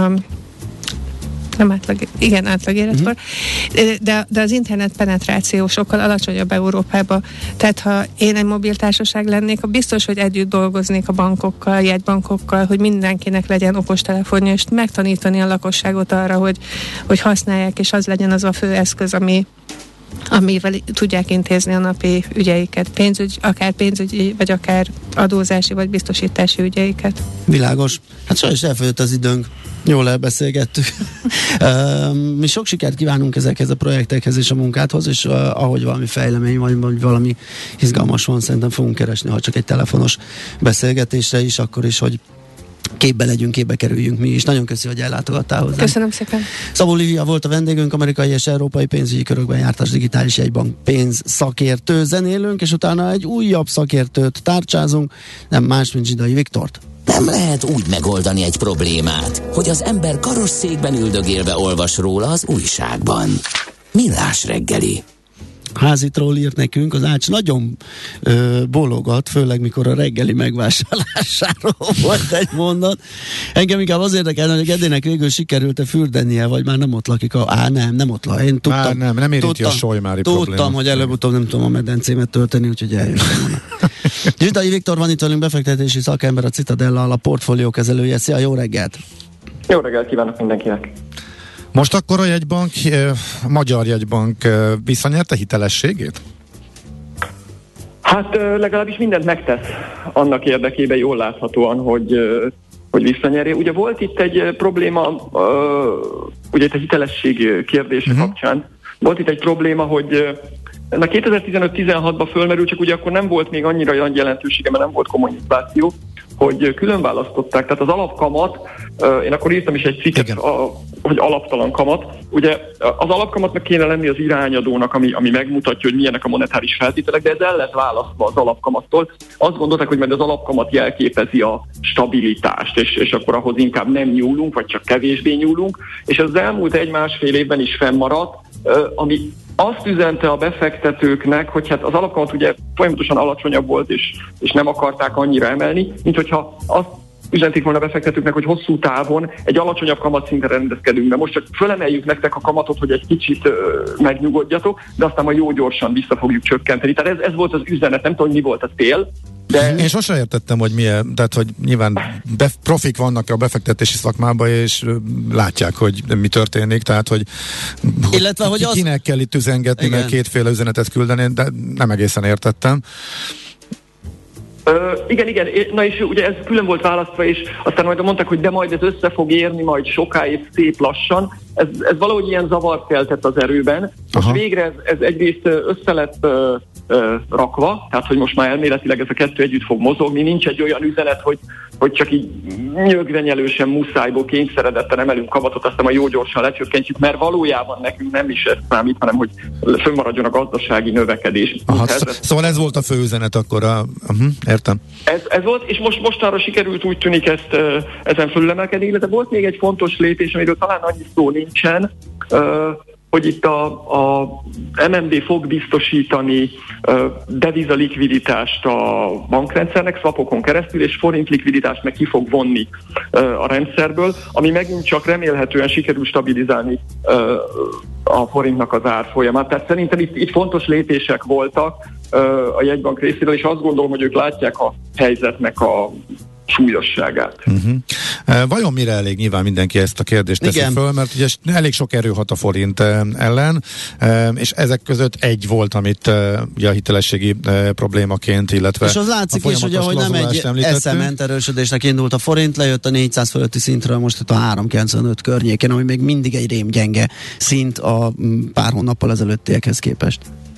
nem átlag, igen, átlag életkor, de az internet penetráció sokkal alacsonyabb Európában. Tehát ha én egy mobiltársaság lennék, biztos, hogy együtt dolgoznék a bankokkal, jegybankokkal, hogy mindenkinek legyen okostelefonja, és megtanítani a lakosságot arra, hogy használják, és az legyen az a fő eszköz, amivel tudják intézni a napi ügyeiket, akár pénzügyi, vagy akár adózási, vagy biztosítási ügyeiket. Világos. Hát sajnos elfogyott az időnk. Jól elbeszélgettük. Mi sok sikert kívánunk ezekhez a projektekhez és a munkádhoz, és ahogy valami fejlemény vagy valami izgalmas van, szerintem fogunk keresni, ha csak egy telefonos beszélgetésre is, akkor is, hogy képbe kerüljünk mi is. Nagyon köszi, hogy ellátogattál hozzá. Köszönöm szépen. Szabó Lívia volt a vendégünk, amerikai és európai pénzügyi körökben jártas digitális jegybank pénz szakértő. Zenélünk, és utána egy újabb szakértőt tárcsázunk, nem más, mint Zsidai Viktort. Nem lehet úgy megoldani egy problémát, hogy az ember karosszékben üldögélve olvas róla az újságban. Millás reggeli. Házitról írt nekünk, az Ács nagyon bólogat, főleg mikor a reggeli megvásárlásáról volt egy mondat. Engem inkább az érdekelne, hogy Edének végül sikerült-e fürdenie, vagy már nem ott lakik. Nem ott lakik. Én tudtam, nem érinti a solymári problémát. Tudtam, hogy előbb-utóbb nem tudom a medencémet tölteni, úgyhogy eljöttem volna. Zsidai Viktor van itt velünk, befektetési szakember, a Citadella a portfólió kezelője. Szia, jó reggelt! Jó reggelt kívánok mindenkinek! Most akkor a jegybank, Magyar Jegybank visszanyerte hitelességét? Hát legalábbis mindent megtesz annak érdekében, jól láthatóan, hogy visszanyerje. Ugye volt itt egy probléma, ugye itt a hitelesség kérdése kapcsán, volt itt egy probléma, hogy a 2015-16-ban fölmerült, csak ugye akkor nem volt még annyira nagy jelentősége, mert nem volt komoly infláció, hogy külön választották. Tehát az alapkamat, én akkor írtam is egy cikket, hogy alaptalan kamat. Ugye az alapkamatnak kéne lenni az irányadónak, ami megmutatja, hogy milyenek a monetáris feltételek, de ez el lett választva az alapkamattól. Azt gondolták, hogy majd az alapkamat jelképezi a stabilitást, és akkor ahhoz inkább nem nyúlunk, vagy csak kevésbé nyúlunk. És az elmúlt 1-1,5 évben is fennmaradt, ami azt üzente a befektetőknek, hogy hát az alapkamat ugye folyamatosan alacsonyabb volt, és nem akarták annyira emelni, mint hogyha azt üzenték volna a befektetőknek, hogy hosszú távon egy alacsonyabb kamatszintre rendezkedünk, de most csak fölemeljük nektek a kamatot, hogy egy kicsit megnyugodjatok, de aztán majd jó gyorsan vissza fogjuk csökkenteni. Tehát ez volt az üzenet, nem tudom, hogy mi volt a cél. De... Én sosem értettem, hogy milyen, tehát hogy nyilván profik vannak a befektetési szakmában, és látják, hogy mi történik, tehát hogy, illetve, hogy kinek kell itt üzengetni, mert kétféle üzenetet küldeni, de nem egészen értettem. Igen, na és ugye ez külön volt választva, és aztán majd mondták, hogy de majd ez össze fog érni majd sokáig szép lassan. Ez valahogy ilyen zavart keltett az erőben. Most végre ez egyrészt össze lett rakva, tehát hogy most már elméletileg ez a kettő együtt fog mozogni, nincs egy olyan üzenet, hogy csak így nyögvenyelősen muszájból kényszeredetten emelünk kamatot, aztán majd jó gyorsan lecsökkentjük, mert valójában nekünk nem is ez számít, hanem hogy fönnmaradjon a gazdasági növekedés. Szóval ez volt a fő üzenet akkor, értem. Ez volt, és mostanra sikerült úgy tűnik ezt ezen fölülemelkedni, illetve volt még egy fontos lépés, amiről talán annyi szó nincsen, hogy itt a MNB fog biztosítani deviza likviditást a bankrendszernek swapokon keresztül, és forint likviditást meg ki fog vonni a rendszerből, ami megint csak remélhetően sikerül stabilizálni a forintnak az árfolyamát. Tehát szerintem itt fontos lépések voltak a jegybank részéről, és azt gondolom, hogy ők látják a helyzetnek a súlyosságát. Vajon mire elég? Nyilván mindenki ezt a kérdést teszi föl, mert ugye elég sok erő hat a forint ellen, és ezek között egy volt, amit ugye a hitelességi problémaként, illetve és az látszik is, hogy ahogy nem egy eszement erősödésnek indult a forint, lejött a 400 fölötti szintről, most itt a 395 környéken, ami még mindig egy rémgyenge szint a pár hónappal ezelőttiekhez képest.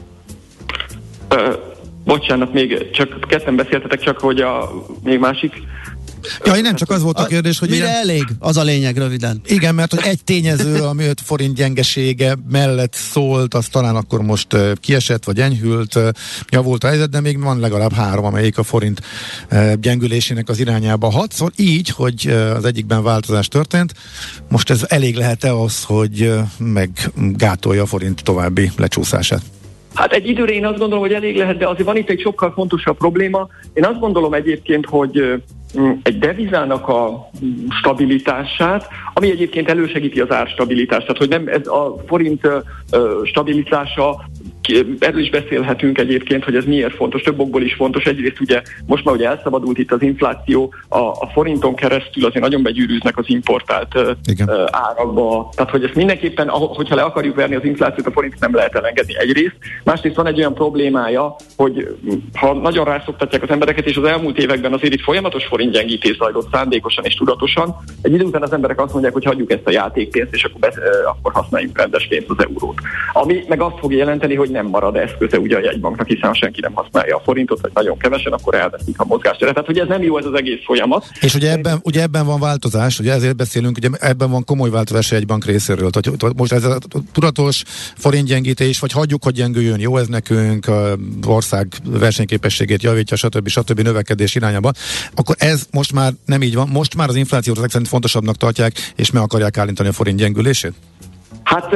Bocsánat, még csak ketten beszéltetek, csak hogy még másik... Ja, nem csak az volt a kérdés, hogy... Mire elég? Az a lényeg, röviden. Igen, mert hogy egy tényező, ami 5 forint gyengesége mellett szólt, az talán akkor most kiesett, vagy enyhült, javult a helyzet, de még van legalább 3, amelyik a forint gyengülésének az irányába hat. Szóval így, hogy az egyikben változás történt, most ez elég lehet-e az, hogy meggátolja a forint további lecsúszását? Hát egy időre én azt gondolom, hogy elég lehet, de azért van itt egy sokkal fontosabb probléma. Én azt gondolom egyébként, hogy egy devizának a stabilitását, ami egyébként elősegíti az árstabilitást, tehát hogy nem ez a forint stabilitása, erről is beszélhetünk egyébként, hogy ez miért fontos, több okból is fontos. Egyrészt ugye most már ugye elszabadult itt az infláció, a forinton keresztül azért nagyon begyűrűznek az importált árakba. Tehát hogy ezt mindenképpen, hogyha le akarjuk verni az inflációt, a forintot nem lehet elengedni egyrészt. Másrészt van egy olyan problémája, hogy ha nagyon rászoktatják az embereket, és az elmúlt években azért itt folyamatos forintgyengítés zajlott szándékosan és tudatosan, egy idő után az emberek azt mondják, hogy hagyjuk ezt a játékpénzt, és akkor használjunk rendes pénzt, az eurót. Ami meg azt fog jelenteni, hogy nem marad eszköze ugye a jegybanknak, hiszen ha senki nem használja a forintot, vagy nagyon kevesen, akkor elveszik a mozgásteret. Tehát, hogy ez nem jó, ez az egész folyamat. És ugye ebben van változás, ugye ezért beszélünk, ugye ebben van komoly változás a jegybank részéről. Most ez a tudatos forintgyengítés, vagy hagyjuk, hogy gyengüljön, jó ez nekünk, ország versenyképességét javítja, stb. Növekedés irányába. Akkor ez most már nem így van. Most már az inflációt ezek szerint fontosabbnak tartják, és meg akarják állítani a forint gyengülését? Hát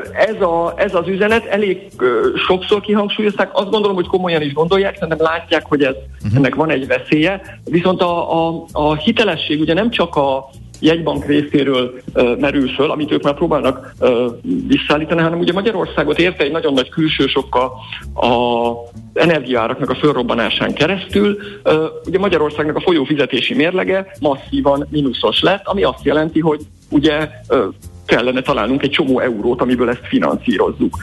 ez az üzenet, elég sokszor kihangsúlyozták, azt gondolom, hogy komolyan is gondolják, szerintem látják, hogy ennek van egy veszélye, viszont a hitelesség ugye nem csak a jegybank részéről merül föl, amit ők már próbálnak visszaállítani, hanem ugye Magyarországot érte egy nagyon nagy külső sokkal az energiaáraknak a fölrobbanásán keresztül. Ugye Magyarországnak a folyófizetési mérlege masszívan mínuszos lett, ami azt jelenti, hogy ugye kellene találnunk egy csomó eurót, amiből ezt finanszírozzuk.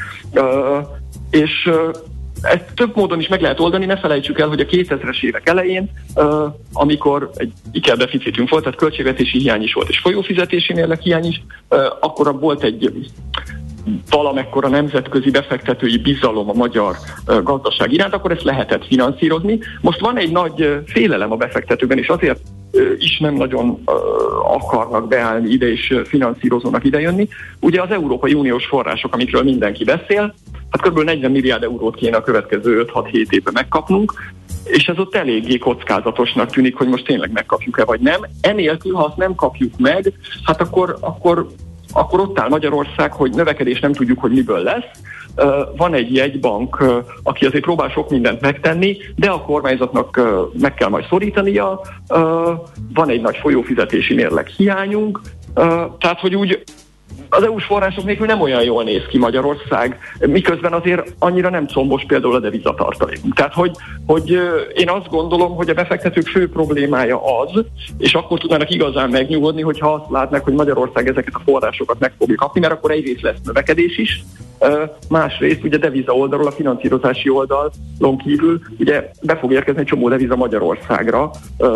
És ezt több módon is meg lehet oldani, ne felejtsük el, hogy a 2000-es évek elején, amikor egy ikerdeficitünk volt, tehát költségvetési hiány is volt, és folyófizetési mérleg hiány is, akkor volt egy valamekkora nemzetközi befektetői bizalom a magyar gazdaság iránt, akkor ezt lehetett finanszírozni. Most van egy nagy félelem a befektetőben, és azért is nem nagyon akarnak beállni ide és finanszírozónak idejönni. Ugye az Európai Uniós források, amikről mindenki beszél, hát kb. 40 milliárd eurót kéne a következő 5-6-7 évben megkapnunk, és ez ott eléggé kockázatosnak tűnik, hogy most tényleg megkapjuk-e vagy nem. Enélkül, ha azt nem kapjuk meg, hát akkor ott áll Magyarország, hogy növekedés nem tudjuk, hogy miből lesz. Van egy jegybank, aki azért próbál sok mindent megtenni, de a kormányzatnak meg kell majd szorítania. Van egy nagy folyófizetési mérleg hiányunk, tehát hogy úgy az EU-s források nélkül nem olyan jól néz ki Magyarország, miközben azért annyira nem combos például a devizatartalékunk. Tehát, hogy én azt gondolom, hogy a befektetők fő problémája az, és akkor tudnának igazán megnyugodni, hogyha azt látnak, hogy Magyarország ezeket a forrásokat meg fogja kapni, mert akkor egyrészt lesz növekedés is, másrészt ugye deviza oldalról, a finanszírozási oldalon kívül ugye be fog érkezni egy csomó deviza Magyarországra,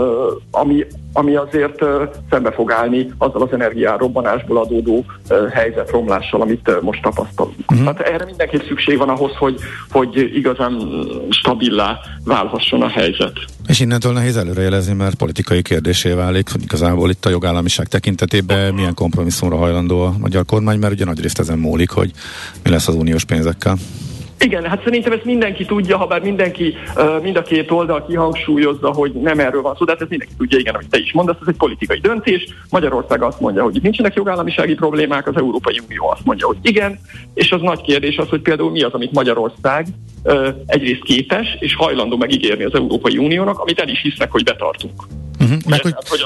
ami azért szembe fog állni azzal az energiárobbanásból adódó helyzetromlással, amit most tapasztalunk. Hát erre mindenképp szükség van ahhoz, hogy igazán stabilá válhasson a helyzet. És innentől nehéz előrejelezni, mert politikai kérdésé válik, hogy igazából itt a jogállamiság tekintetében milyen kompromisszumra hajlandó a magyar kormány, mert ugye nagyrészt ezen múlik, hogy mi lesz az uniós pénzekkel. Igen, hát szerintem ezt mindenki tudja, habár mindenki, mind a két oldal kihangsúlyozza, hogy nem erről van szó, de hát ezt mindenki tudja, igen, amit te is mondasz, ez egy politikai döntés. Magyarország azt mondja, hogy itt nincsenek jogállamisági problémák, az Európai Unió azt mondja, hogy igen, és az nagy kérdés az, hogy például mi az, amit Magyarország egyrészt képes és hajlandó megígérni az Európai Uniónak, amit el is hisznek, hogy betartunk. Meg,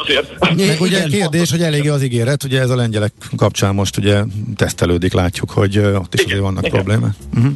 meg ugye kérdés, hogy eléggé az ígéret, ugye ez a lengyelek kapcsán most ugye tesztelődik, látjuk, hogy ott is azért vannak problémák.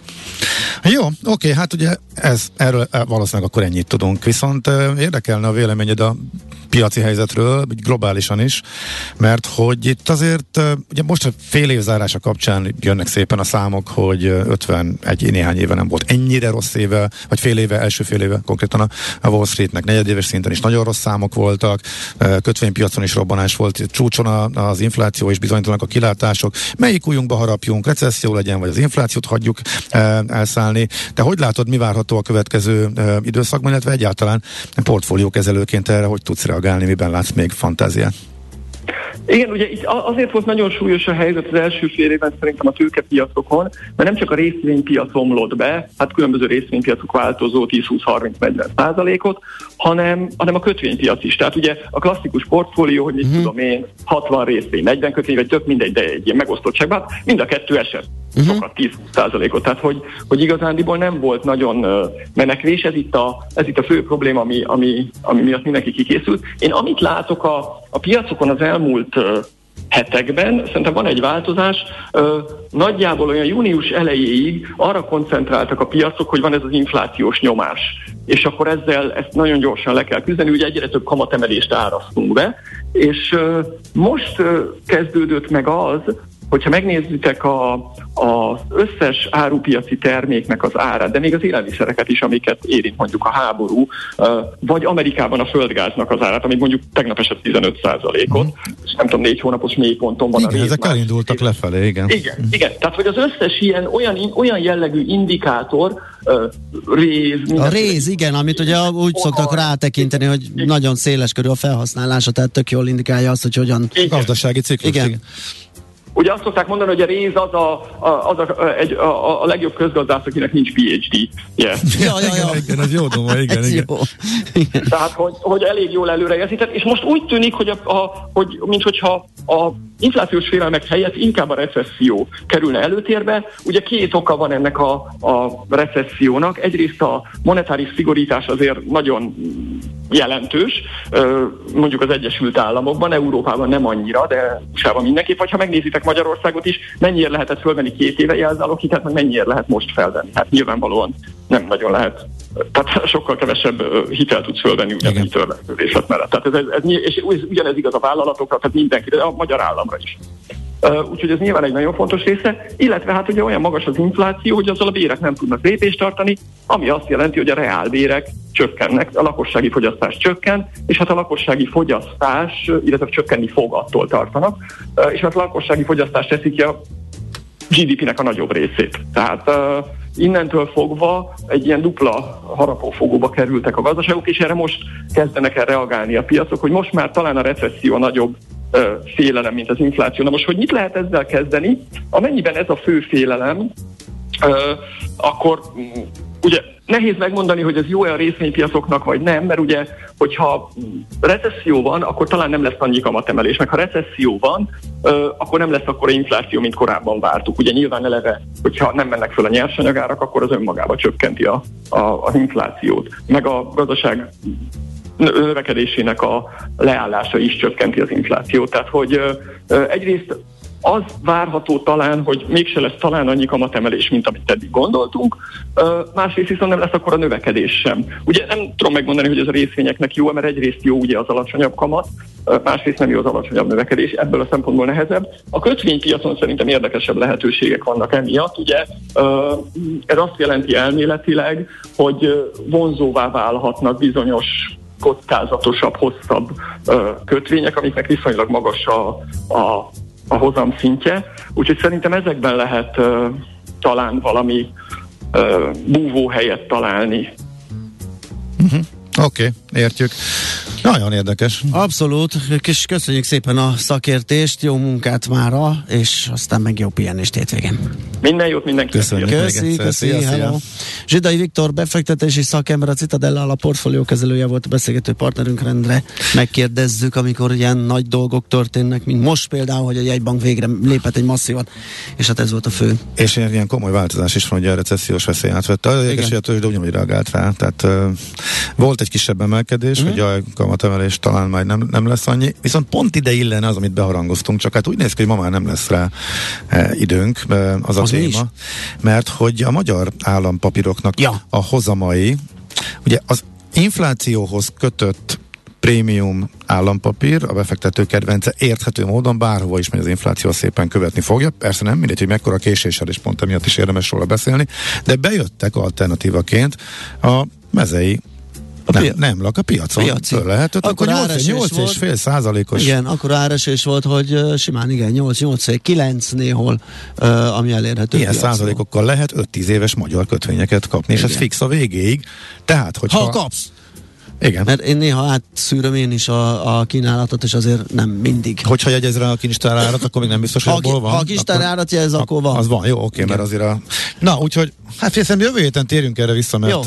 Jó, oké, hát ugye erről valószínűleg akkor ennyit tudunk, viszont érdekelne a véleményed a piaci helyzetről, globálisan is, mert hogy itt azért, ugye most a fél év zárása kapcsán jönnek szépen a számok, hogy 51 néhány éve nem volt ennyire rossz éve, vagy fél éve, első fél éve konkrétan a Wall Streetnek negyedéves szinten is nagyon rossz számok voltak, kötvénypiacon is robbanás volt, csúcson az infláció és bizonytalanok a kilátások. Melyik ujjunkba harapjunk, recesszió legyen, vagy az inflációt hagyjuk elszállni. Te hogy látod, mi várható a következő időszakban, illetve egyáltalán portfóliókezelőként erre, hogy tudsz reagálni, miben látsz még fantáziát? Igen, ugye itt azért volt nagyon súlyos a helyzet az első fél évben szerintem a tőkepiacokon, mert nem csak a részvénypiac omlott be, hát különböző részvénypiacok változó 10-20-30-40%-ot, hanem a kötvénypiac is. Tehát ugye a klasszikus portfólió, hogy mit tudom én, 60 részvény, 40 kötvény, vagy tök mindegy, de egy ilyen megosztottságban, mind a kettő esett. Sokat 10-20%-ot. Tehát, hogy igazándiból nem volt nagyon menekvés, ez itt a fő probléma, ami miatt mindenki kikészült. Én amit látok a piacokon az elmúlt hetekben, szerintem van egy változás, nagyjából olyan június elejéig arra koncentráltak a piacok, hogy van ez az inflációs nyomás. És akkor ezt nagyon gyorsan le kell küzdeni, ugye egyre több kamatemelést árasztunk be, és most kezdődött meg az, hogyha megnézitek az összes árupiaci terméknek az árát, de még az élelmiszereket is, amiket érint mondjuk a háború, vagy Amerikában a földgáznak az árát, ami mondjuk tegnap esett 15%-ot, és nem tudom, 4 hónapos mélyponton van. Igen, ezek elindultak lefelé, igen. Igen. Tehát, hogy az összes ilyen olyan jellegű indikátor, a réz, igen, amit ugye úgy szoktak rátekinteni, hogy nagyon széles körül a felhasználása, tehát tök jól indikálja azt, hogy hogyan... Gazdasági ciklus. Igen. Ugye azt szokták mondani, hogy a réz a legjobb közgazdász, akinek nincs PhD. Yeah. Igen, ez jó doma, igen. Igen. Tehát, hogy elég jól előrejelzített, és most úgy tűnik, hogy minthogyha a inflációs félelmek helyett inkább a recesszió kerülne előtérbe. Ugye 2 oka van ennek a recessziónak. Egyrészt a monetáris szigorítás azért nagyon jelentős, mondjuk az Egyesült Államokban, Európában nem annyira, de USA-ban mindenképp. Vagy ha megnézitek Magyarországot is, mennyire lehetett fölvenni 2 éve jelzáloghitet, meg mennyire lehet most felvenni. Hát nyilvánvalóan nem nagyon lehet. Tehát sokkal kevesebb hitelt tudsz fölvenni ugyanúgy törvénykezéslet mellett. Tehát és ugyanez igaz a vállalatokra, tehát mindenkire, de a magyar államra is. Úgyhogy ez nyilván egy nagyon fontos része, illetve hát ugye olyan magas az infláció, hogy azzal a bérek nem tudnak lépést tartani, ami azt jelenti, hogy a reálbérek csökkennek, a lakossági fogyasztás csökken, és hát a lakossági fogyasztás, illetve csökkenni fog, attól tartanak, és hát a lakossági fogyasztás teszi ki a GDP-nek a nagyobb részét. Tehát innentől fogva egy ilyen dupla harapófogóba kerültek a gazdaságok, és erre most kezdenek el reagálni a piacok, hogy most már talán a recesszió a nagyobb félelem, mint az infláció. Na most, hogy mit lehet ezzel kezdeni? Amennyiben ez a fő félelem, akkor ugye nehéz megmondani, hogy ez jó-e a részvénypiacoknak, vagy nem, mert ugye, hogyha recesszió van, akkor talán nem lesz annyi kamatemelés, meg ha recesszió van, akkor nem lesz akkora infláció, mint korábban vártuk. Ugye nyilván eleve, hogyha nem mennek föl a nyersanyagárak, akkor az önmagában csökkenti az inflációt. Meg a gazdaság növekedésének a leállása is csökkenti az inflációt. Tehát, hogy egyrészt az várható talán, hogy mégse lesz talán annyi kamatemelés, mint amit eddig gondoltunk, másrészt viszont nem lesz akkor a növekedés sem. Ugye nem tudom megmondani, hogy ez a részvényeknek jó, mert egyrészt jó ugye az alacsonyabb kamat, másrészt nem jó az alacsonyabb növekedés, ebből a szempontból nehezebb. A kötvénypiacon szerintem érdekesebb lehetőségek vannak emiatt. Ugye ez azt jelenti elméletileg, hogy vonzóvá válhatnak bizonyos kockázatosabb, hosszabb kötvények, amiknek viszonylag magas a hozam szintje. Úgyhogy szerintem ezekben lehet talán valami búvóhelyet találni. Oké, értjük. Nagyon érdekes. Abszolút, és köszönjük szépen a szakértést, jó munkát mára, és aztán meg jó pihenést hétvégén. Minden jót mindenkinek. Köszi, hello. Zsidai Viktor befektetési szakember, a Citadel alapportfólió kezelője volt a beszélgető partnerünk, rendre megkérdezzük, amikor ilyen nagy dolgok történnek, mint most például, hogy a jegybank végre lépett egy masszívat, és hát ez volt a fő. És ilyen komoly változás is van, hogy a recessziós veszély átvette. Az érdekes, hogy a tőzsde ugyanúgy reagált rá. Tehát volt egy kisebb emelkedés, hogy a kamatemelés talán majd nem lesz annyi, viszont pont ide illene az, amit beharangoztunk, csak hát úgy néz ki, hogy ma már nem lesz rá időnk, az a téma, mert hogy a magyar állampapíroknak a hozamai, ugye az inflációhoz kötött prémium állampapír, a befektető kedvence érthető módon bárhova is megy az infláció, szépen követni fogja. Persze nem mindegy, hogy mekkora késéssel, és pont emiatt is érdemes róla beszélni, de bejöttek alternatívaként a mezei a piacon. Lehetett, akkor 8,5%-os. Igen, akkor áresés volt, hogy simán 8,9 néhol, ami elérhető. Ilyen százalékokkal lehet 5-10 éves magyar kötvényeket kapni, és ez fix a végéig. Tehát, ha kapsz. Igen. Mert én néha átszűröm én is a kínálatot, és azért nem mindig. Hogyha jegyez rá a kincstárárat, akkor még nem biztos, hogy abból van. Ha a kincstárárat jelez, akkor van. Az van, jó, oké, mert azért Na, úgyhogy, hát félszem, jövő héten térjünk erre vissza, mert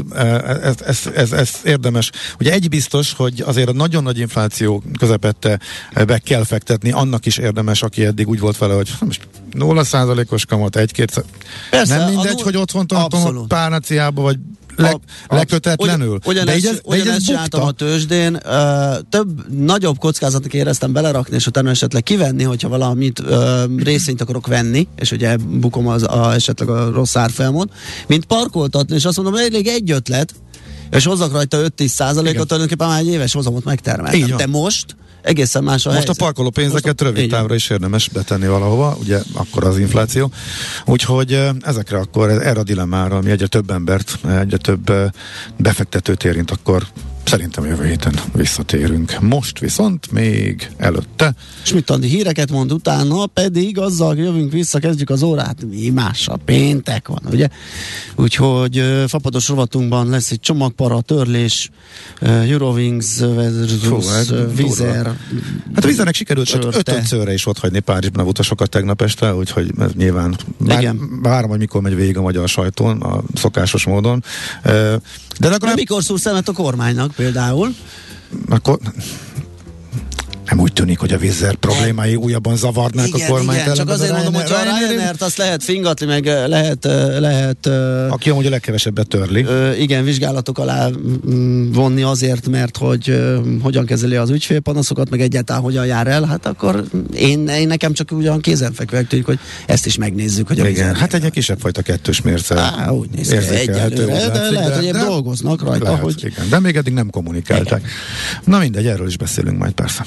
ez érdemes. Ugye egy biztos, hogy azért a nagyon nagy infláció közepette be kell fektetni, annak is érdemes, aki eddig úgy volt vele, hogy most 0%-os kamat, 1-2, nem mindegy, hogy otthon tartom párnáciába, vagy lekötetlenül. Ugyanezt csináltam a tőzsdén, nagyobb kockázatot éreztem belerakni, és utána esetleg kivenni, hogyha valamit részvényt akarok venni, és ugye bukom esetleg a rossz árfolyamon, mint parkoltatni, és azt mondom, hogy elég egy ötlet, és hozzak rajta 5-10%-ot, tulajdonképpen már egy éves hozamot megtermeltem. De most egészen más a helyzet. Most a parkoló pénzeket rövid távra is érdemes betenni valahova, ugye akkor az infláció. Úgyhogy ezekre akkor, erre a dilemmára, ami egyre több embert, egyre több befektetőt érint, akkor szerintem jövő héten visszatérünk. Most viszont még előtte Schmidt-Andi híreket mond, utána pedig azzal jövünk vissza, kezdjük az órát. Mi másabb? Péntek van, ugye? Úgyhogy fapados rovatunkban lesz egy csomagpara, törlés, Eurowings versus Vizer. Hát a Vizernek sikerült 5-szörre is otthagyni Párizsban a utasokat tegnap este, úgyhogy ez nyilván várom, hogy mikor megy végig a magyar sajtón, a szokásos módon. De mikor szúr szemet a kormánynak például? Akkor nem úgy tűnik, hogy a Vizer problémái újabban zavarnák a kormányt. Igen, csak azért mondom, hogy a Ryanair-t azt lehet fingatni, meg lehet aki amúgy a legkevesebbet törli. Igen, vizsgálatok alá vonni azért, mert hogy hogyan kezeli az ügyfélpanaszokat, meg egyáltalán hogyan jár el, hát akkor én nekem csak ugyan kézenfekvőek tűnik, hogy ezt is megnézzük, hogy a Vizer. Hát egy kisebb fajta kettős mérce. Úgy néz ki, egyelőre, de lehet, hogy dolgoznak rajta. Lehet, igen, de még eddig nem kommunikálták. Na mindegy, erről is beszélünk majd persze.